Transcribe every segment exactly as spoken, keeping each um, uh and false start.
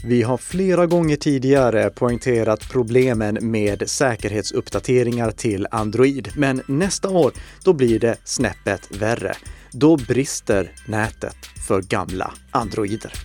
Vi har flera gånger tidigare poängterat problemen med säkerhetsuppdateringar till Android, men nästa år då blir det snäppet värre. Då brister nätet för gamla Androider.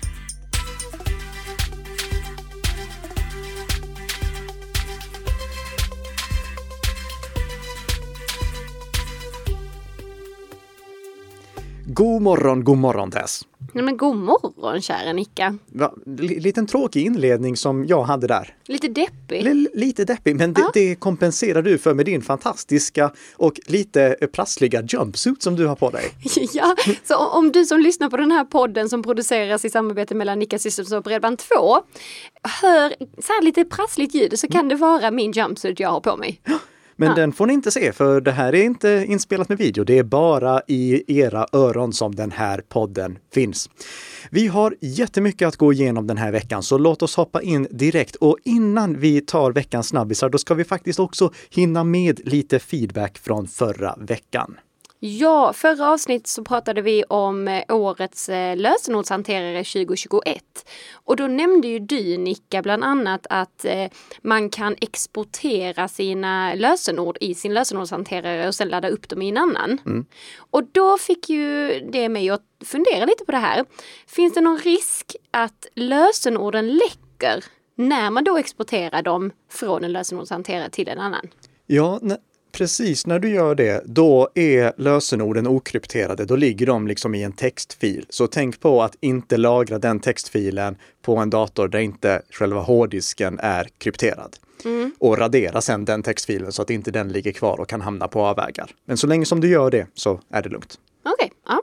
God morgon, god morgon Tess. Nej men god morgon kära Nicka. Va, liten tråkig inledning som jag hade där. Lite deppig. L- lite deppig, men det, ja. det kompenserar du för med din fantastiska och lite prassliga jumpsuit som du har på dig. Ja, så om du som lyssnar på den här podden som produceras i samarbete mellan Nicka Systems och Bredband två hör så här lite prassligt ljud så kan det vara min jumpsuit jag har på mig. Men ja. Den får ni inte se för det här är inte inspelat med video. Det är bara i era öron som den här podden finns. Vi har jättemycket att gå igenom den här veckan så låt oss hoppa in direkt. Och innan vi tar veckans snabbisar då ska vi faktiskt också hinna med lite feedback från förra veckan. Ja, förra avsnitt så pratade vi om årets lösenordshanterare tjugohundratjugoett. Och då nämnde ju du, Nicka, bland annat att eh, man kan exportera sina lösenord i sin lösenordshanterare och sen ladda upp dem i en annan. Mm. Och då fick ju det mig att fundera lite på det här. Finns det någon risk att lösenorden läcker när man då exporterar dem från en lösenordshanterare till en annan? Ja, ne- precis. När du gör det, då är lösenorden okrypterade. Då ligger de liksom i en textfil. Så tänk på att inte lagra den textfilen på en dator där inte själva hårddisken är krypterad. Mm. Och radera sen den textfilen så att inte den ligger kvar och kan hamna på avvägar. Men så länge som du gör det så är det lugnt. Okej, okay. Ja.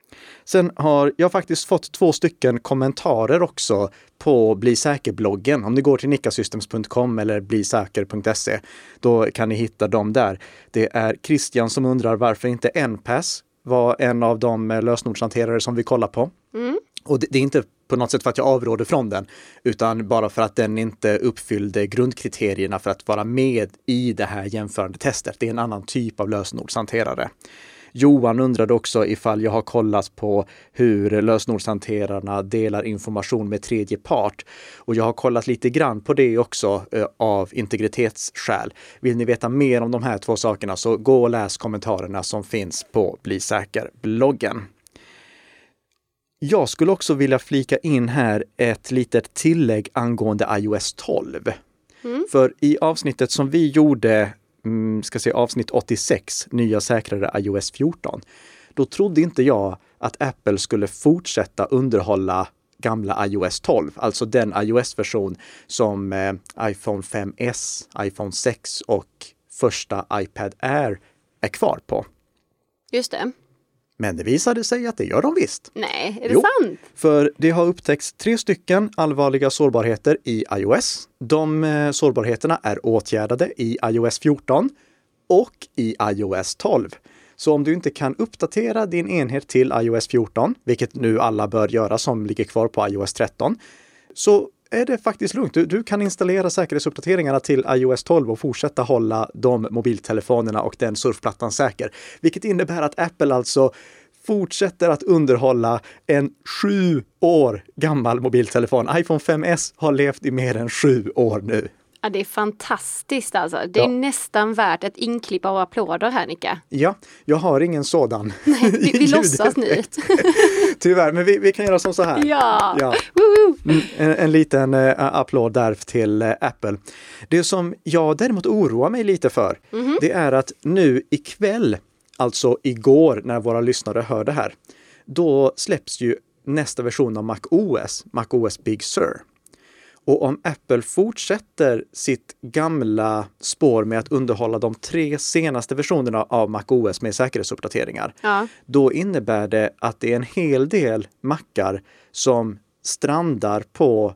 Sen har jag faktiskt fått två stycken kommentarer också på Bli säker-bloggen. Om ni går till nickasystems punkt com eller blisäker punkt se då kan ni hitta dem där. Det är Christian som undrar varför inte N P A S var en av de lösenordshanterare som vi kollar på. Mm. Och det, det är inte på något sätt för att jag avråder från den utan bara för att den inte uppfyllde grundkriterierna för att vara med i det här jämförande testet. Det är en annan typ av lösenordshanterare. Johan undrade också ifall jag har kollat på hur lösenordshanterarna delar information med tredje part. Och jag har kollat lite grann på det också eh, av integritetsskäl. Vill ni veta mer om de här två sakerna så gå och läs kommentarerna som finns på Bli säker-bloggen. Jag skulle också vilja flika in här ett litet tillägg angående iOS tolv. Mm. För i avsnittet som vi gjorde ska se avsnitt åttiosex, nya säkrare iOS fjorton. Då trodde inte jag att Apple skulle fortsätta underhålla gamla iOS tolv, alltså den iOS-version som eh, iPhone fem S, iPhone sex och första iPad Air är kvar på. Just det. Men det visade sig att det gör de visst. Nej, är det jo, sant? För det har upptäckts tre stycken allvarliga sårbarheter i iOS. De eh, sårbarheterna är åtgärdade i iOS fjorton och i iOS tolv. Så om du inte kan uppdatera din enhet till iOS fjorton, vilket nu alla bör göra som ligger kvar på iOS tretton, så är det faktiskt lugnt. Du, du kan installera säkerhetsuppdateringarna till iOS tolv och fortsätta hålla de mobiltelefonerna och den surfplattan säker. Vilket innebär att Apple alltså fortsätter att underhålla en sju år gammal mobiltelefon. iPhone fem S har levt i mer än sju år nu. Ja, det är fantastiskt alltså. Det är ja. nästan värt ett inklipp av applåder här, Nicka. Ja, jag har ingen sådan. Nej, vi, vi låtsas nu. Tyvärr, men vi, vi kan göra som så här. Ja, ja. En, en liten uh, applåd där till uh, Apple. Det som jag däremot oroar mig lite för, mm-hmm. det är att nu ikväll, alltså igår när våra lyssnare hör det här, då släpps ju nästa version av macOS, macOS Big Sur. Och om Apple fortsätter sitt gamla spår med att underhålla de tre senaste versionerna av macOS med säkerhetsuppdateringar, ja. Då innebär det att det är en hel del mackar som strandar på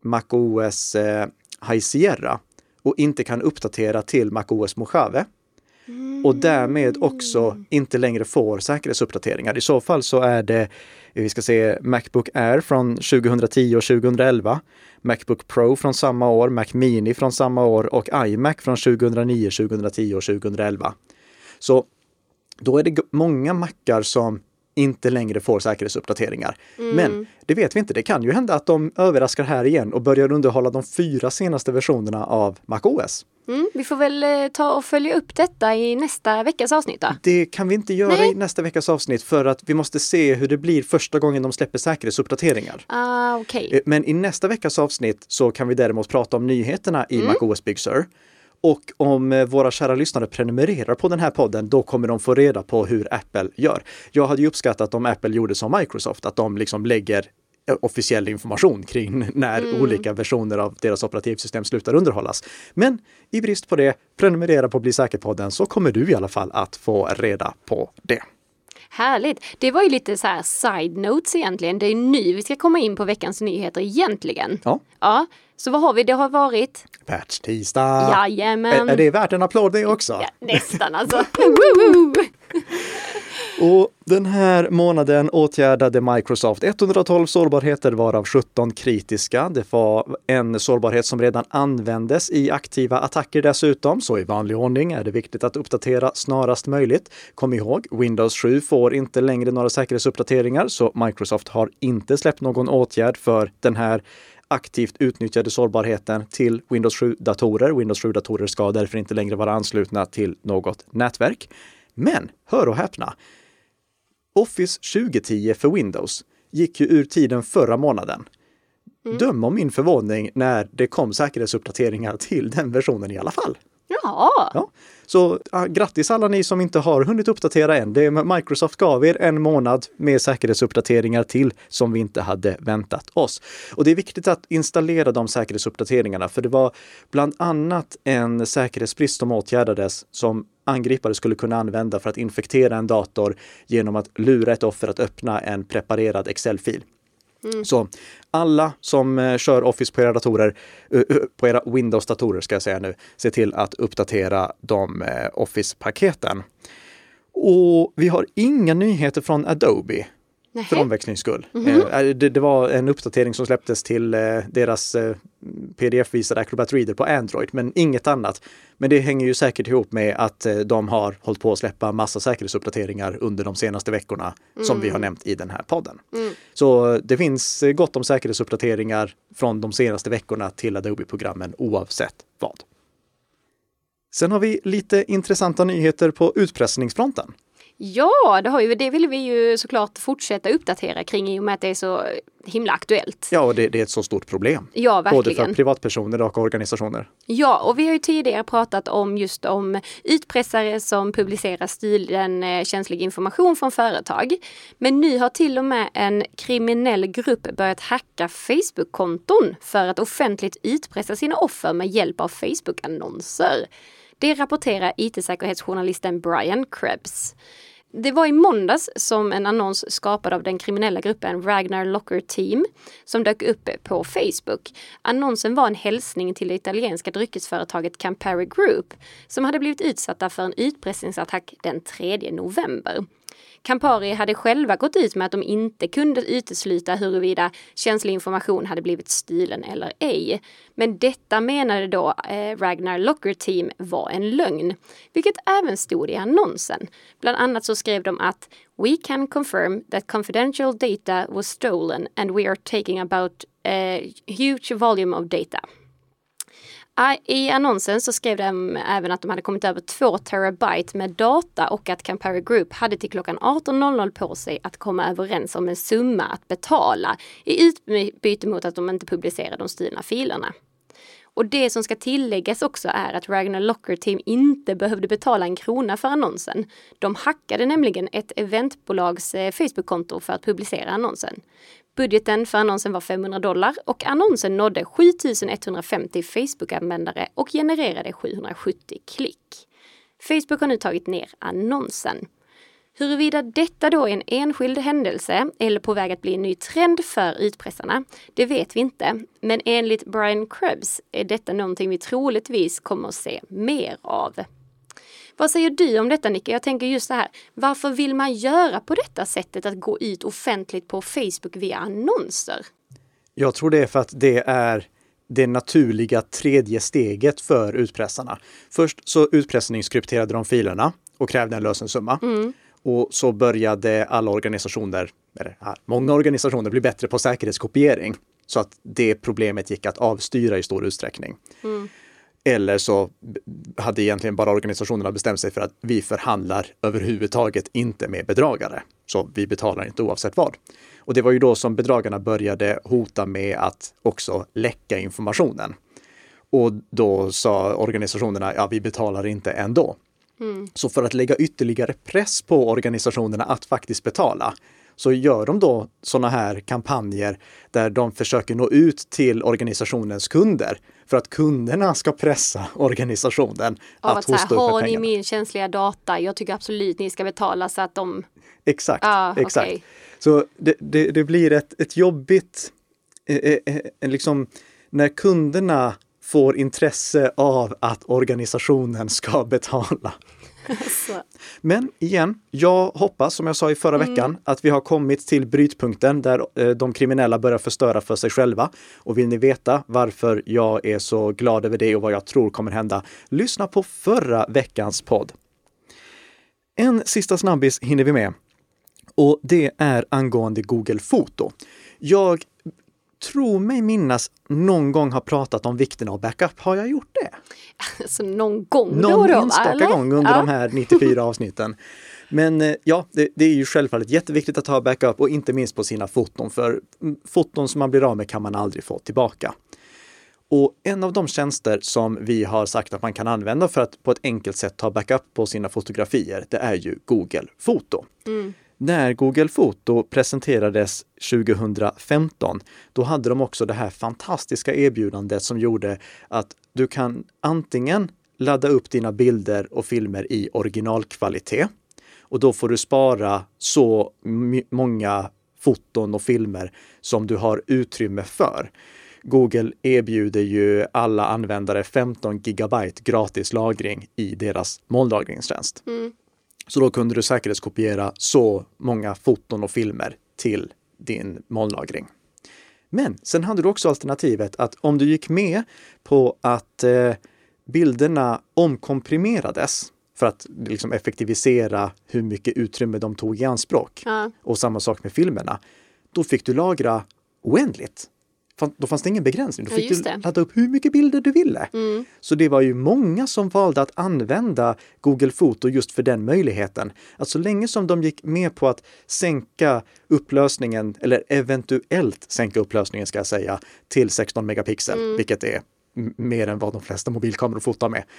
macOS eh, High Sierra och inte kan uppdatera till macOS Mojave. Mm. Och därmed också inte längre får säkerhetsuppdateringar. I så fall så är det, vi ska se, Macbook Air från tjugohundratio och tjugohundraelva, Macbook Pro från samma år, Mac Mini från samma år och iMac från tjugohundranio, tjugohundratio och tjugohundraelva. Så då är det många mackar som inte längre får säkerhetsuppdateringar. Mm. Men det vet vi inte. Det kan ju hända att de överraskar här igen och börjar underhålla de fyra senaste versionerna av macOS. Mm, vi får väl eh, ta och följa upp detta i nästa veckas avsnitt då? Det kan vi inte göra Nej. i nästa veckas avsnitt för att vi måste se hur det blir första gången de släpper säkerhetsuppdateringar. Ah, okay. Men i nästa veckas avsnitt så kan vi däremot prata om nyheterna i mm. macOS Big Sur. Och om våra kära lyssnare prenumererar på den här podden, då kommer de få reda på hur Apple gör. Jag hade ju uppskattat om Apple gjorde som Microsoft, att de liksom lägger officiell information kring när mm. olika versioner av deras operativsystem slutar underhållas. Men i brist på det, prenumerera på Bli säker-podden så kommer du i alla fall att få reda på det. Härligt. Det var ju lite så här side notes egentligen. Det är nu vi ska komma in på veckans nyheter egentligen. Ja. Ja. Så vad har vi? Det har varit? Patch-tisdag. Jajamän. Är, är det värt en applåd det också? Ja, nästan alltså. Och den här månaden åtgärdade Microsoft etthundratolv sårbarheter varav sjutton kritiska. Det var en sårbarhet som redan användes i aktiva attacker dessutom, så i vanlig ordning är det viktigt att uppdatera snarast möjligt. Kom ihåg, Windows sju får inte längre några säkerhetsuppdateringar, så Microsoft har inte släppt någon åtgärd för den här aktivt utnyttjade sårbarheten till Windows sju-datorer. Windows sju-datorer ska därför inte längre vara anslutna till något nätverk. Men, hör och häpna, Office tjugo tio för Windows gick ju ur tiden förra månaden. Mm. Döm om min förvåning när det kom säkerhetsuppdateringar till den versionen i alla fall. Jaha. Ja. Så äh, grattis alla ni som inte har hunnit uppdatera än. Det är Microsoft gav er en månad med säkerhetsuppdateringar till som vi inte hade väntat oss. Och det är viktigt att installera de säkerhetsuppdateringarna, för det var bland annat en säkerhetsbrist som åtgärdades som angripare skulle kunna använda för att infektera en dator genom att lura ett offer att öppna en preparerad Excel-fil. Mm. Så alla som eh, kör Office på era datorer, uh, uh, på era Windows-datorer ska jag säga nu, se till att uppdatera de eh, Office-paketen. Och vi har inga nyheter från Adobe. Nähe. För omväxlings skull. Mm-hmm. Eh, det, det var en uppdatering som släpptes till eh, deras eh, P D F-visade Acrobat Reader på Android, men inget annat. Men det hänger ju säkert ihop med att eh, de har hållit på att släppa massa säkerhetsuppdateringar under de senaste veckorna mm. som vi har nämnt i den här podden. Mm. Så det finns gott om säkerhetsuppdateringar från de senaste veckorna till Adobe-programmen oavsett vad. Sen har vi lite intressanta nyheter på utpressningsfronten. Ja, det, har ju, det vill vi ju såklart fortsätta uppdatera kring i och med att det är så himla aktuellt. Ja, och det, det är ett så stort problem. Ja, verkligen. Både för privatpersoner och organisationer. Ja, och vi har ju tidigare pratat om just om utpressare som publicerar stilen känslig information från företag. Men nu har till och med en kriminell grupp börjat hacka Facebook-konton för att offentligt utpressa sina offer med hjälp av Facebook-annonser. Det rapporterar I T-säkerhetsjournalisten Brian Krebs. Det var i måndags som en annons skapad av den kriminella gruppen Ragnar Locker Team som dök upp på Facebook. Annonsen var en hälsning till det italienska dryckesföretaget Campari Group som hade blivit utsatta för en utpressningsattack den tredje november. Campari hade själva gått ut med att de inte kunde utesluta huruvida känslig information hade blivit stulen eller ej. Men detta menade då eh, Ragnar Locker Team var en lögn, vilket även stod i annonsen. Bland annat så skrev de att "We can confirm that confidential data was stolen and we are taking about a huge volume of data." I annonsen så skrev de även att de hade kommit över två terabyte med data och att Campari Group hade till klockan arton noll noll på sig att komma överens om en summa att betala i utbyte mot att de inte publicerade de stulna filerna. Och det som ska tilläggas också är att Ragnar Locker Team inte behövde betala en krona för annonsen. De hackade nämligen ett eventbolags Facebook-konto för att publicera annonsen. Budgeten för annonsen var femhundra dollar och annonsen nådde sjutusen etthundrafemtio Facebook-användare och genererade sjuhundrasjuttio klick. Facebook har nu tagit ner annonsen. Huruvida detta då är en enskild händelse eller på väg att bli en ny trend för utpressarna, det vet vi inte. Men enligt Brian Krebs är detta någonting vi troligtvis kommer att se mer av. Vad säger du om detta, Nicke? Jag tänker just så här, varför vill man göra på detta sättet att gå ut offentligt på Facebook via annonser? Jag tror det är för att det är det naturliga tredje steget för utpressarna. Först så utpressningskrypterade de filerna och krävde en lösensumma. Mm. Och så började alla organisationer, eller många organisationer, bli bättre på säkerhetskopiering. Så att det problemet gick att avstyra i stor utsträckning. Mm. Eller så hade egentligen bara organisationerna bestämt sig för att vi förhandlar överhuvudtaget inte med bedragare. Så vi betalar inte oavsett vad. Och det var ju då som bedragarna började hota med att också läcka informationen. Och då sa organisationerna, ja vi betalar inte ändå. Mm. Så för att lägga ytterligare press på organisationerna att faktiskt betala, så gör de då sådana här kampanjer där de försöker nå ut till organisationens kunder för att kunderna ska pressa organisationen att, att hosta upp pengarna. Har ni min känsliga data? Jag tycker absolut ni ska betala så att de... Exakt, ah, exakt. Okay. Så det, det, det blir ett, ett jobbigt, eh, eh, liksom när kunderna får intresse av att organisationen ska betala. Alltså. Men igen, jag hoppas, som jag sa i förra mm. veckan, att vi har kommit till brytpunkten där eh, de kriminella börjar förstöra för sig själva. Och vill ni veta varför jag är så glad över det och vad jag tror kommer hända, lyssna på förra veckans podd. En sista snabbis hinner vi med. Och det är angående Google Foto. Jag tror mig minnas någon gång har pratat om vikten av backup. Har jag gjort det? Alltså någon gång någon då? Någon enstaka eller? gång under ja. de här nittiofyra avsnitten. Men ja, det, det är ju självfallet jätteviktigt att ha backup och inte minst på sina foton. För foton som man blir av med kan man aldrig få tillbaka. Och en av de tjänster som vi har sagt att man kan använda för att på ett enkelt sätt ta backup på sina fotografier, det är ju Google Foto. Mm. När Google Foto presenterades tjugohundrafemton, då hade de också det här fantastiska erbjudandet som gjorde att du kan antingen ladda upp dina bilder och filmer i originalkvalitet. Och då får du spara så m- många foton och filmer som du har utrymme för. Google erbjuder ju alla användare femton gigabyte gratis lagring i deras molnlagringstjänst. Mm. Så då kunde du säkerhetskopiera så många foton och filmer till din molnlagring. Men sen hade du också alternativet att om du gick med på att eh, bilderna omkomprimerades för att liksom effektivisera hur mycket utrymme de tog i anspråk. Ja. Och samma sak med filmerna. Då fick du lagra oändligt. Då fanns det ingen begränsning. Då fick ja, du ladda upp hur mycket bilder du ville. Mm. Så det var ju många som valde att använda Google Foto just för den möjligheten. Att så länge som de gick med på att sänka upplösningen, eller eventuellt sänka upplösningen ska jag säga, till sexton megapixel, mm. vilket är m- mer än vad de flesta mobilkameror fotar med.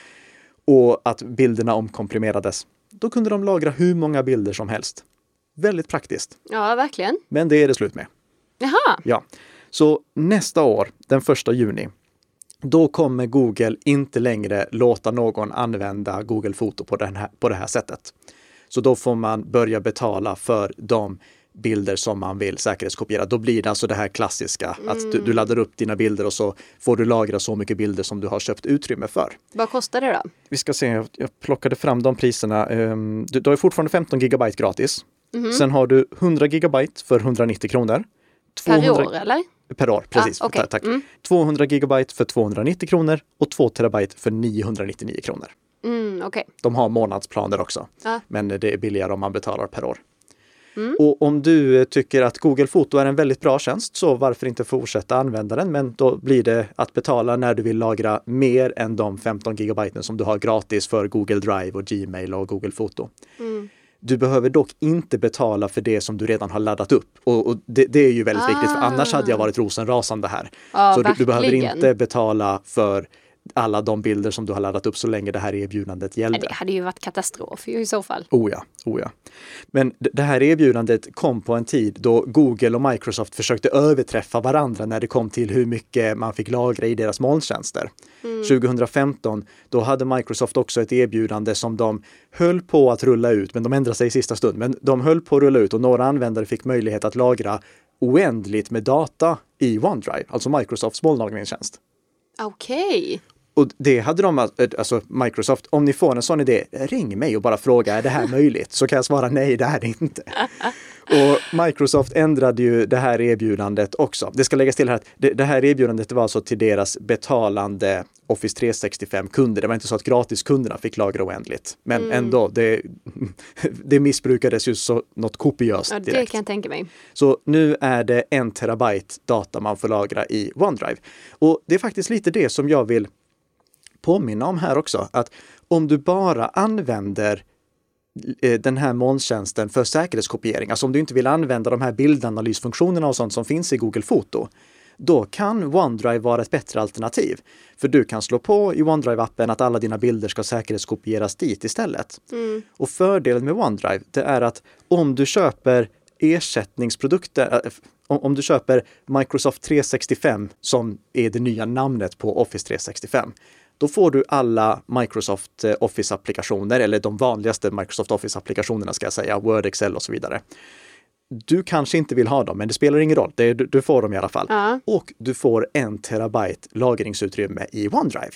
Och att bilderna omkomprimerades. Då kunde de lagra hur många bilder som helst. Väldigt praktiskt. Ja, verkligen. Men det är det slut med. Jaha. Ja. Så nästa år, den första juni, då kommer Google inte längre låta någon använda Google Foto på, den här, på det här sättet. Så då får man börja betala för de bilder som man vill säkerhetskopiera. Då blir det alltså det här klassiska mm. att du, du laddar upp dina bilder och så får du lagra så mycket bilder som du har köpt utrymme för. Vad kostar det då? Vi ska se, jag plockade fram de priserna. Du, du har fortfarande femton gigabyte gratis. Mm. Sen har du hundra gigabyte för hundranittio kronor. tvåhundra Per år eller? Per år, precis. Ah, okay. Tack. Mm. tvåhundra gigabyte för tvåhundranittio kronor och två terabyte för niohundranittionio kronor. Mm, okay. De har månadsplaner också. Ah. Men det är billigare om man betalar per år. Mm. Och om du tycker att Google Foto är en väldigt bra tjänst, så varför inte fortsätta använda den? Men då blir det att betala när du vill lagra mer än de femton gigabyte som du har gratis för Google Drive och Gmail och Google Foto. Mm. Du behöver dock inte betala för det som du redan har laddat upp. Och, och det, det är ju väldigt ah. viktigt, för annars hade jag varit rosenrasande här. Ja, så du, du behöver verkligen. inte betala för alla de bilder som du har laddat upp så länge det här erbjudandet gällde. Det hade ju varit katastrof i så fall. Oh ja, oh ja. Men det här erbjudandet kom på en tid då Google och Microsoft försökte överträffa varandra när det kom till hur mycket man fick lagra i deras molntjänster. Mm. tjugohundrafemton, då hade Microsoft också ett erbjudande som de höll på att rulla ut, men de ändrade sig i sista stund. Men de höll på att rulla ut och några användare fick möjlighet att lagra oändligt med data i OneDrive, alltså Microsofts molnlagringstjänst. Okej. Okay. Och det hade de, alltså Microsoft, om ni får en sån idé, ring mig och bara fråga, är det här möjligt? Så kan jag svara nej, det är det inte. Och Microsoft ändrade ju det här erbjudandet också. Det ska läggas till här att det, det här erbjudandet var alltså till deras betalande Office tre sextiofem-kunder. Det var inte så att gratiskunderna fick lagra oändligt. Men mm. ändå, det, det missbrukades ju så något kopiöst direkt. Ja, det kan jag tänka mig. Så nu är det en terabyte data man får lagra i OneDrive. Och det är faktiskt lite det som jag vill påminna om här också. Att om du bara använder den här molntjänsten för säkerhetskopiering, alltså om du inte vill använda de här bildanalysfunktionerna och sånt som finns i Google Foto, då kan OneDrive vara ett bättre alternativ. För du kan slå på i OneDrive-appen att alla dina bilder ska säkerhetskopieras dit istället. Mm. Och fördelen med OneDrive, det är att om du köper ersättningsprodukter, om du köper Microsoft tre sextiofem som är det nya namnet på Office tre sextiofem, då får du alla Microsoft Office-applikationer, eller de vanligaste Microsoft Office-applikationerna ska jag säga, Word, Excel och så vidare. Du kanske inte vill ha dem, men det spelar ingen roll. Det, du, du får dem i alla fall. Ja. Och du får en terabyte lagringsutrymme i OneDrive.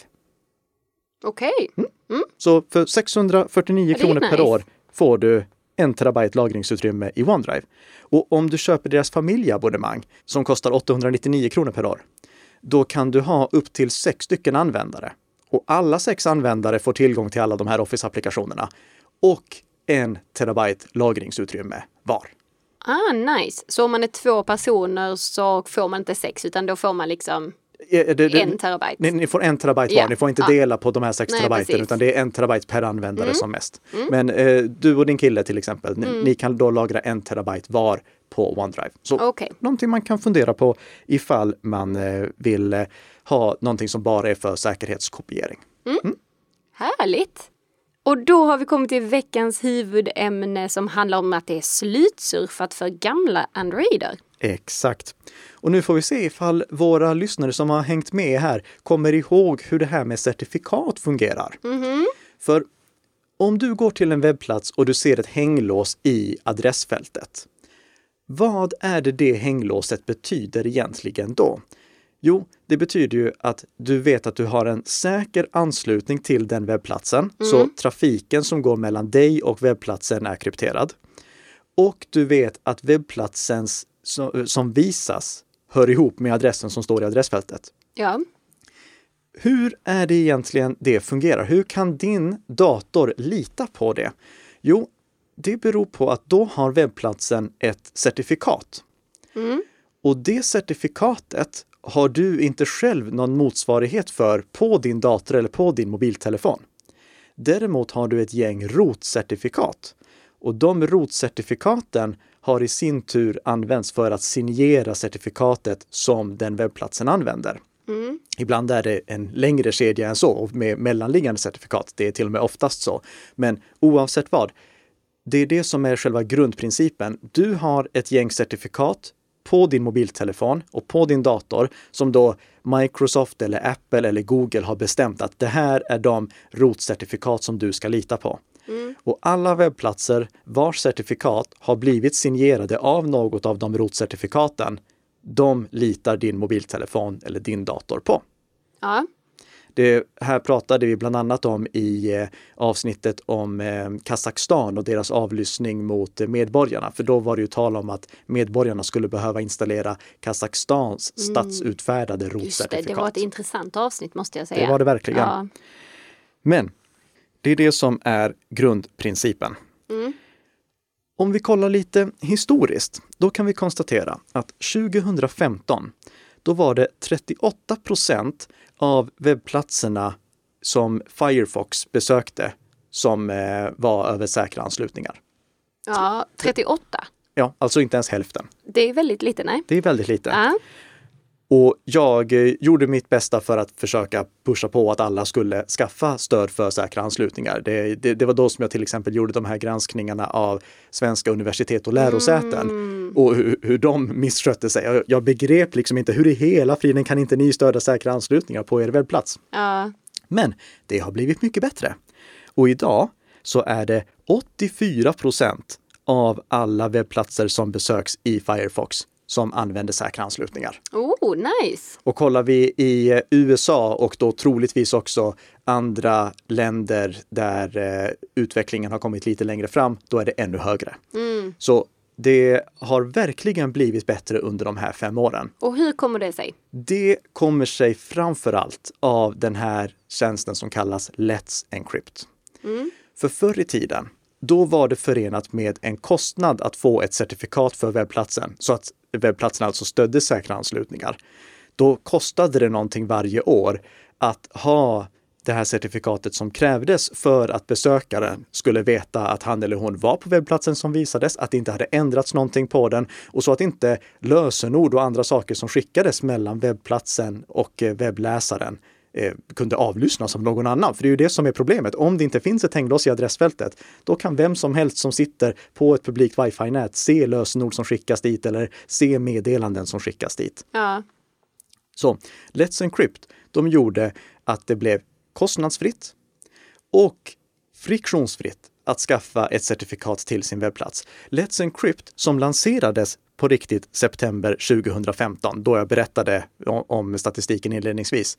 Okej. Okay. Mm. Mm. Så för sexhundrafyrtionio kronor nice. per år får du en terabyte lagringsutrymme i OneDrive. Och om du köper deras familjeabonnemang som kostar åttahundranittionio kronor per år, då kan du ha upp till sex stycken användare. Och alla sex användare får tillgång till alla de här Office-applikationerna. Och en terabyte lagringsutrymme var. Ah, nice. Så om man är två personer så får man inte sex, utan då får man liksom ja, det, det, en terabyte. Ni, ni får en terabyte var. Ja. Ni får inte ja. dela på de här sex Nej, terabyten, precis. Utan det är en terabyte per användare mm. som mest. Mm. Men eh, du och din kille till exempel, ni, mm. ni kan då lagra en terabyte var på OneDrive. Så okay. någonting man kan fundera på ifall man eh, vill eh, ha någonting som bara är för säkerhetskopiering. Mm. Mm. Härligt! Och då har vi kommit till veckans huvudämne som handlar om att det är slutsurfat för gamla Androider. Exakt. Och nu får vi se ifall våra lyssnare som har hängt med här kommer ihåg hur det här med certifikat fungerar. Mm-hmm. För om du går till en webbplats och du ser ett hänglås i adressfältet, vad är det det hänglåset betyder egentligen då? Jo, det betyder ju att du vet att du har en säker anslutning till den webbplatsen. Mm. Så trafiken som går mellan dig och webbplatsen är krypterad. Och du vet att webbplatsen som visas hör ihop med adressen som står i adressfältet. Ja. Hur är det egentligen det fungerar? Hur kan din dator lita på det? Jo, det beror på att då har webbplatsen ett certifikat. Mm. Och det certifikatet har du inte själv någon motsvarighet för på din dator eller på din mobiltelefon. Däremot har du ett gäng rotcertifikat. Och de rotcertifikaten har i sin tur använts för att signera certifikatet som den webbplatsen använder. Mm. Ibland är det en längre kedja än så med mellanliggande certifikat. Det är till och med oftast så. Men oavsett vad, det är det som är själva grundprincipen. Du har ett gäng certifikat på din mobiltelefon och på din dator som då Microsoft eller Apple eller Google har bestämt att det här är de rotcertifikat som du ska lita på. Mm. Och alla webbplatser vars certifikat har blivit signerade av något av de rotcertifikaten, de litar din mobiltelefon eller din dator på. Ja. Det här pratade vi bland annat om i eh, avsnittet om eh, Kazakstan och deras avlyssning mot eh, medborgarna. För då var det ju tal om att medborgarna skulle behöva installera Kazakstans mm. statsutfärdade rotcertifikat. Just det, det var ett intressant avsnitt måste jag säga. Det var det verkligen. Ja. Men det är det som är grundprincipen. Mm. Om vi kollar lite historiskt, då kan vi konstatera att tjugohundrafemton då var det trettioåtta procent av webbplatserna som Firefox besökte som eh, var över säkra anslutningar. Ja, trettioåtta. Ja, alltså inte ens hälften. Det är väldigt lite, nej. Det är väldigt lite. Ja. Och jag eh, gjorde mitt bästa för att försöka pusha på att alla skulle skaffa stöd för säkra anslutningar. Det, det, det var då som jag till exempel gjorde de här granskningarna av svenska universitet och lärosäten. Mm. Och hur, hur de misskötte sig. Jag, jag begrep liksom inte hur i hela friden kan inte ni stödja säkra anslutningar på er webbplats. Ja. Men det har blivit mycket bättre. Och idag så är det åttiofyra procent av alla webbplatser som besöks i Firefox som använder säkra anslutningar. Oh, nice! Och kollar vi i U S A och då troligtvis också andra länder där eh, utvecklingen har kommit lite längre fram, då är det ännu högre. Mm. Så det har verkligen blivit bättre under de här fem åren. Och hur kommer det sig? Det kommer sig framförallt av den här tjänsten som kallas Let's Encrypt. Mm. För förr i tiden, då var det förenat med en kostnad att få ett certifikat för webbplatsen, så att webbplatsen alltså stödde säkra anslutningar. Då kostade det någonting varje år att ha det här certifikatet som krävdes för att besökaren skulle veta att han eller hon var på webbplatsen som visades, att det inte hade ändrats någonting på den och så att inte lösenord och andra saker som skickades mellan webbplatsen och webbläsaren eh, kunde avlyssnas av någon annan. För det är ju det som är problemet. Om det inte finns ett hänglås i adressfältet, då kan vem som helst som sitter på ett publikt wifi-nät se lösenord som skickas dit eller se meddelanden som skickas dit. Ja. Så Let's Encrypt, de gjorde att det blev kostnadsfritt och friktionsfritt att skaffa ett certifikat till sin webbplats. Let's Encrypt, som lanserades på riktigt september tjugohundrafemton, då jag berättade om, om statistiken inledningsvis.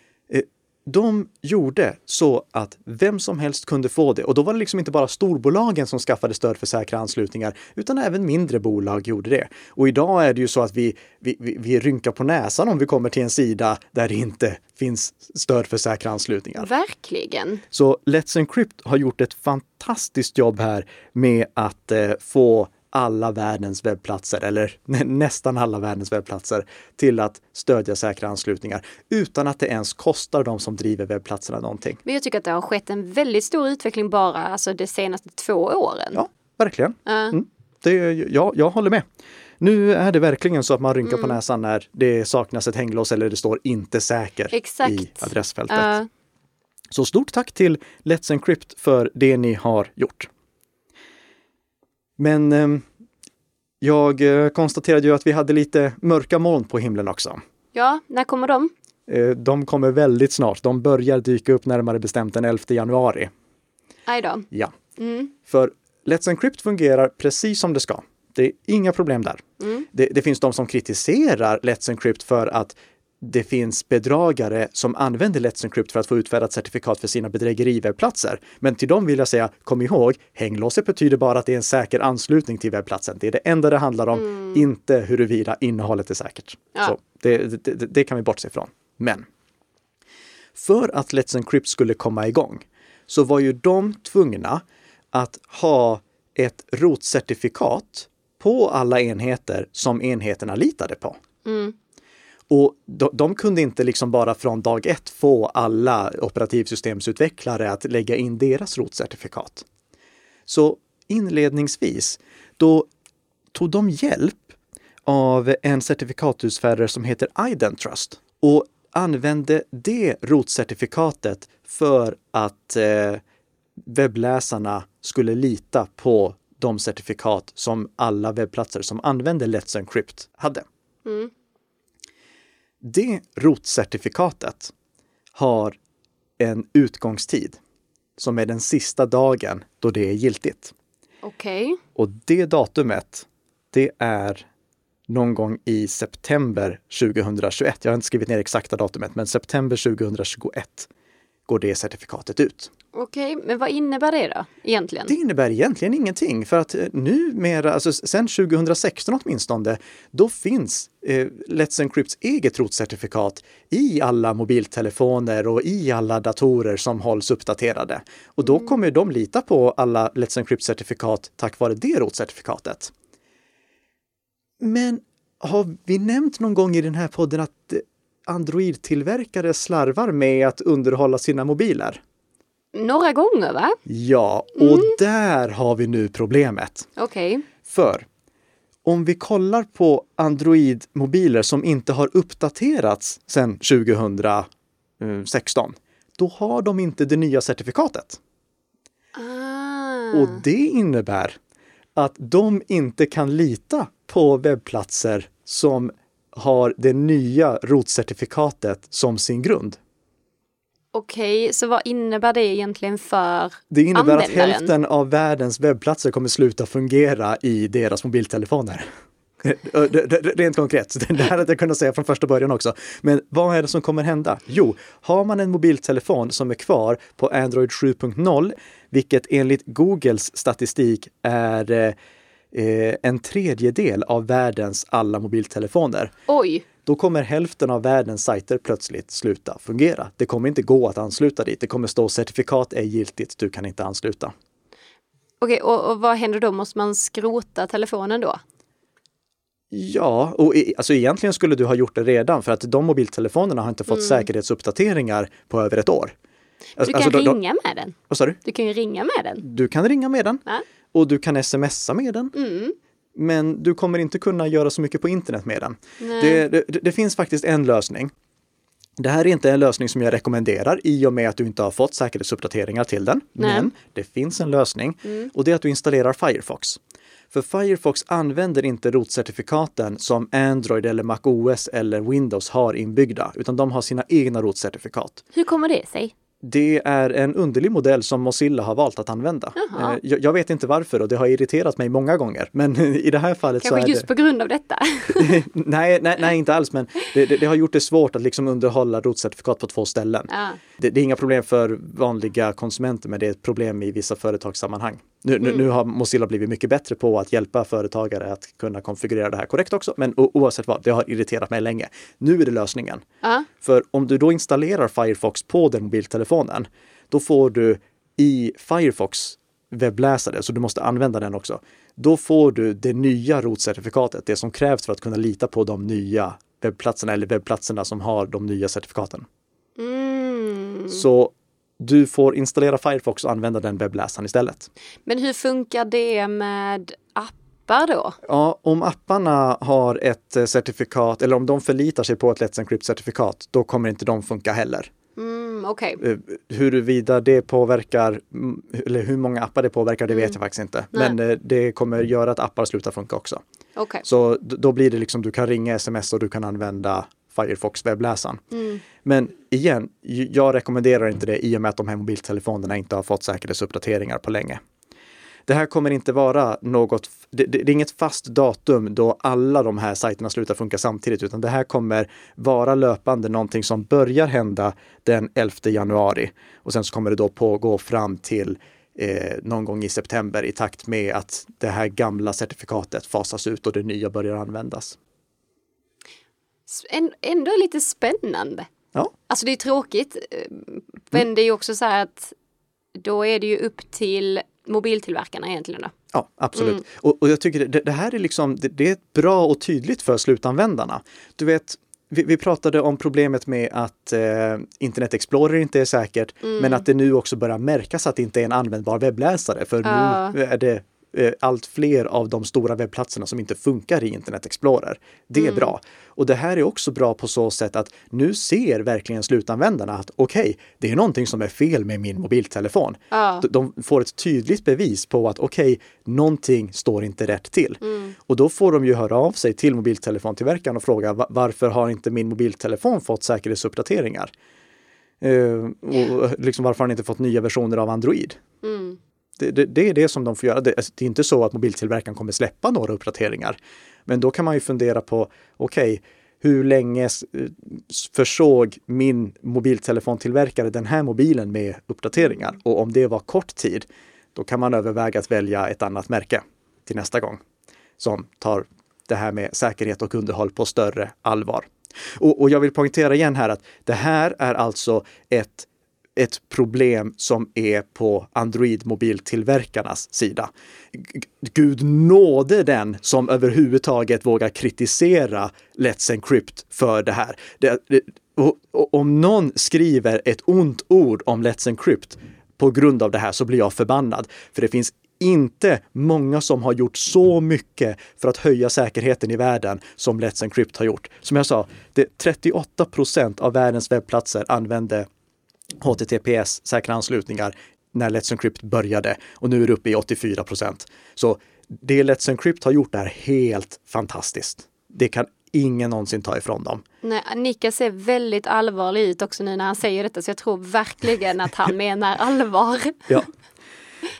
De gjorde så att vem som helst kunde få det. Och då var det liksom inte bara storbolagen som skaffade stöd för säkra anslutningar, utan även mindre bolag gjorde det. Och idag är det ju så att vi, vi, vi rynkar på näsan om vi kommer till en sida där det inte finns stöd för säkra anslutningar. Verkligen. Så Let's Encrypt har gjort ett fantastiskt jobb här med att eh, få alla världens webbplatser, eller nästan alla världens webbplatser, till att stödja säkra anslutningar utan att det ens kostar de som driver webbplatserna någonting. Men jag tycker att det har skett en väldigt stor utveckling bara alltså de senaste två åren. Ja, verkligen. Uh. Mm. Det, ja, jag håller med. Nu är det verkligen så att man rynkar mm. på näsan när det saknas ett hänglås eller det står inte säker Exakt. i adressfältet. Uh. Så stort tack till Let's Encrypt för det ni har gjort. Men eh, jag konstaterade ju att vi hade lite mörka moln på himlen också. Ja, när kommer de? Eh, de kommer väldigt snart. De börjar dyka upp närmare bestämt den elfte januari. Aj då. Ja. Mm. För Let's Encrypt fungerar precis som det ska. Det är inga problem där. Mm. Det, det finns de som kritiserar Let's Encrypt för att det finns bedragare som använder Let's Encrypt för att få utfärdat certifikat för sina bedrägeriwebbplatser. Men till dem vill jag säga, kom ihåg, hänglåset betyder bara att det är en säker anslutning till webbplatsen. Det är det enda det handlar om, mm. inte huruvida innehållet är säkert. Ja. Så det, det, det kan vi bortse ifrån. Men för att Let's Encrypt skulle komma igång så var ju de tvungna att ha ett rotcertifikat på alla enheter som enheterna litade på. Mm. Och de, de kunde inte liksom bara från dag ett få alla operativsystemsutvecklare att lägga in deras rotcertifikat. Så inledningsvis, då tog de hjälp av en certifikatutfärdare som heter Identrust och använde det rotcertifikatet för att eh, webbläsarna skulle lita på de certifikat som alla webbplatser som använde Let's Encrypt hade. Mm. Det rotcertifikatet har en utgångstid som är den sista dagen då det är giltigt. Okej. Okay. Och det datumet, det är någon gång i september tjugohundratjugoett. Jag har inte skrivit ner exakta datumet, men september tjugohundratjugoett går det certifikatet ut. Okej, okay, men vad innebär det då egentligen? Det innebär egentligen ingenting, för att numera, alltså sen tjugohundrasexton åtminstone, då finns eh, Let's Encrypts eget rotcertifikat i alla mobiltelefoner och i alla datorer som hålls uppdaterade. Och då mm. kommer de lita på alla Let's Encrypt-certifikat tack vare det rotcertifikatet. Men har vi nämnt någon gång i den här podden att Android-tillverkare slarvar med att underhålla sina mobiler? Några gånger, va? Ja, och mm. där har vi nu problemet. Okej. Okay. För om vi kollar på Android-mobiler som inte har uppdaterats sedan tjugohundrasexton, då har de inte det nya certifikatet. Ah. Och det innebär att de inte kan lita på webbplatser som har det nya rotcertifikatet som sin grund. Okej, okay, så vad innebär det egentligen för Det innebär användaren? Att hälften av världens webbplatser kommer sluta fungera i deras mobiltelefoner. Rent konkret, det här hade jag kunnat säga från första början också. Men vad är det som kommer hända? Jo, har man en mobiltelefon som är kvar på Android sju punkt noll, vilket enligt Googles statistik är eh, en tredjedel av världens alla mobiltelefoner. Oj! Då kommer hälften av världens sajter plötsligt sluta fungera. Det kommer inte gå att ansluta dit. Det kommer stå certifikat är giltigt, du kan inte ansluta. Okej, och, och vad händer då? Måste man skrota telefonen då? Ja, och e- alltså egentligen skulle du ha gjort det redan för att de mobiltelefonerna har inte fått mm. säkerhetsuppdateringar på över ett år. Du kan alltså, ringa då, med den. Vad sa du? Du kan ju ringa med den. Du kan ringa med den. Ja. Och du kan smsa med den. Mm. Men du kommer inte kunna göra så mycket på internet med den. Det, det, det finns faktiskt en lösning. Det här är inte en lösning som jag rekommenderar i och med att du inte har fått säkerhetsuppdateringar till den. Nej. Men det finns en lösning mm. och det är att du installerar Firefox. För Firefox använder inte rotcertifikaten som Android eller MacOS eller Windows har inbyggda, utan de har sina egna rotcertifikat. Hur kommer det sig? Det är en underlig modell som Mozilla har valt att använda. Jag, jag vet inte varför och det har irriterat mig många gånger. Men i det här fallet Kanske så är just det... på grund av detta? nej, nej, nej, inte alls. Men det, det, det har gjort det svårt att liksom underhålla rotcertifikat på två ställen. Ja. Det, det är inga problem för vanliga konsumenter, men det är ett problem i vissa företagssammanhang. Nu, mm. nu, nu har Mozilla blivit mycket bättre på att hjälpa företagare att kunna konfigurera det här korrekt också. Men o- oavsett vad, det har irriterat mig länge. Nu är det lösningen. Uh. För om du då installerar Firefox på den mobiltelefonen, då får du i Firefox webbläsare, så du måste använda den också. Då får du det nya rotcertifikatet, det som krävs för att kunna lita på de nya webbplatserna eller webbplatserna som har de nya certifikaten. Mm. Så du får installera Firefox och använda den webbläsaren istället. Men hur funkar det med appar då? Ja, om apparna har ett certifikat eller om de förlitar sig på ett Let's Encrypt-certifikat, då kommer inte de funka heller. Mm, okay. Huruvida det påverkar, eller hur många appar det påverkar, det mm. vet jag faktiskt inte. Nej. Men det kommer göra att appar slutar funka också. Okay. Så då blir det liksom, du kan ringa sms och du kan använda Firefox webbläsaren. Mm. Men igen, jag rekommenderar inte det i och med att de här mobiltelefonerna inte har fått säkerhetsuppdateringar på länge. Det här kommer inte vara något, det, det, det är inget fast datum då alla de här sajterna slutar funka samtidigt, utan det här kommer vara löpande, någonting som börjar hända den elfte januari och sen så kommer det då pågå fram till eh, någon gång i september i takt med att det här gamla certifikatet fasas ut och det nya börjar användas. Ändå lite spännande. Ja. Alltså det är tråkigt, men mm. det är ju också så här att då är det ju upp till mobiltillverkarna egentligen då. Ja, absolut. Mm. Och, och jag tycker det, det här är liksom, det, det är bra och tydligt för slutanvändarna. Du vet, vi, vi pratade om problemet med att eh, Internet Explorer inte är säkert, mm. men att det nu också börjar märkas att det inte är en användbar webbläsare. För uh. nu är det allt fler av de stora webbplatserna som inte funkar i Internet Explorer. Det är mm. bra. Och det här är också bra på så sätt att nu ser verkligen slutanvändarna att okej, okay, det är någonting som är fel med min mobiltelefon. Ja. De får ett tydligt bevis på att okej, okay, någonting står inte rätt till. Mm. Och då får de ju höra av sig till mobiltelefontillverkaren och fråga varför har inte min mobiltelefon fått säkerhetsuppdateringar? Uh, och liksom varför har den inte fått nya versioner av Android? Mm. Det, det, det är det som de får göra. Det, det är inte så att mobiltillverkaren kommer släppa några uppdateringar. Men då kan man ju fundera på, okej, okay, hur länge försåg min mobiltelefontillverkare den här mobilen med uppdateringar? Och om det var kort tid, då kan man överväga att välja ett annat märke till nästa gång. Som tar det här med säkerhet och underhåll på större allvar. Och, och jag vill poängtera igen här att det här är alltså ett ett problem som är på Android-mobiltillverkarnas sida. Gud nåde den som överhuvudtaget vågar kritisera Let's Encrypt för det här. Det, det, och, och, om någon skriver ett ont ord om Let's Encrypt på grund av det här så blir jag förbannad. För det finns inte många som har gjort så mycket för att höja säkerheten i världen som Let's Encrypt har gjort. Som jag sa, det trettioåtta procent av världens webbplatser använde H T T P S-säkra anslutningar när Let's Encrypt började och nu är det uppe i åttiofyra procent. Så det Let's Encrypt har gjort är helt fantastiskt. Det kan ingen någonsin ta ifrån dem. Nej, Nika ser väldigt allvarlig ut också nu när han säger detta, så jag tror verkligen att han menar allvar. Ja.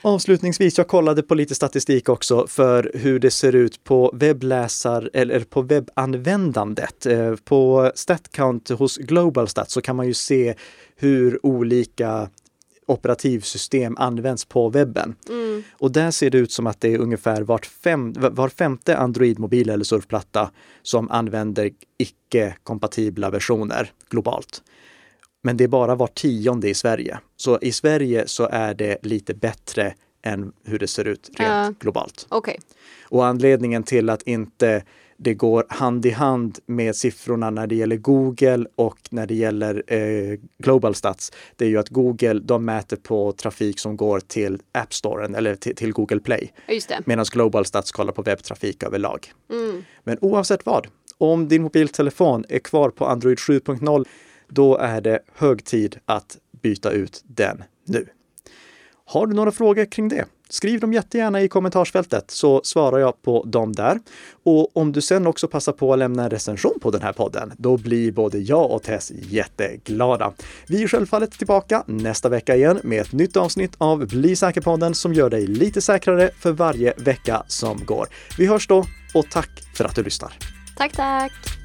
Avslutningsvis, jag kollade på lite statistik också för hur det ser ut på webbläsar eller på webbanvändandet. På StatCount hos Globalstat så kan man ju se hur olika operativsystem används på webben. Mm. Och där ser det ut som att det är ungefär vart fem, var femte Android-mobil eller surfplatta som använder icke-kompatibla versioner globalt. Men det är bara var tionde i Sverige. Så i Sverige så är det lite bättre än hur det ser ut rent uh, globalt. Okay. Och anledningen till att inte det går hand i hand med siffrorna när det gäller Google och när det gäller eh, Global Stats, det är ju att Google, de mäter på trafik som går till App Storen eller till, till Google Play. Just det. Medan Global Stats kollar på webbtrafik överlag. Mm. Men oavsett vad, om din mobiltelefon är kvar på Android sju punkt noll, då är det hög tid att byta ut den nu. Har du några frågor kring det? Skriv dem jättegärna i kommentarsfältet så svarar jag på dem där. Och om du sen också passar på att lämna en recension på den här podden, då blir både jag och Tess jätteglada. Vi är självfallet tillbaka nästa vecka igen med ett nytt avsnitt av Bli säker-podden som gör dig lite säkrare för varje vecka som går. Vi hörs då och tack för att du lyssnar. Tack, tack!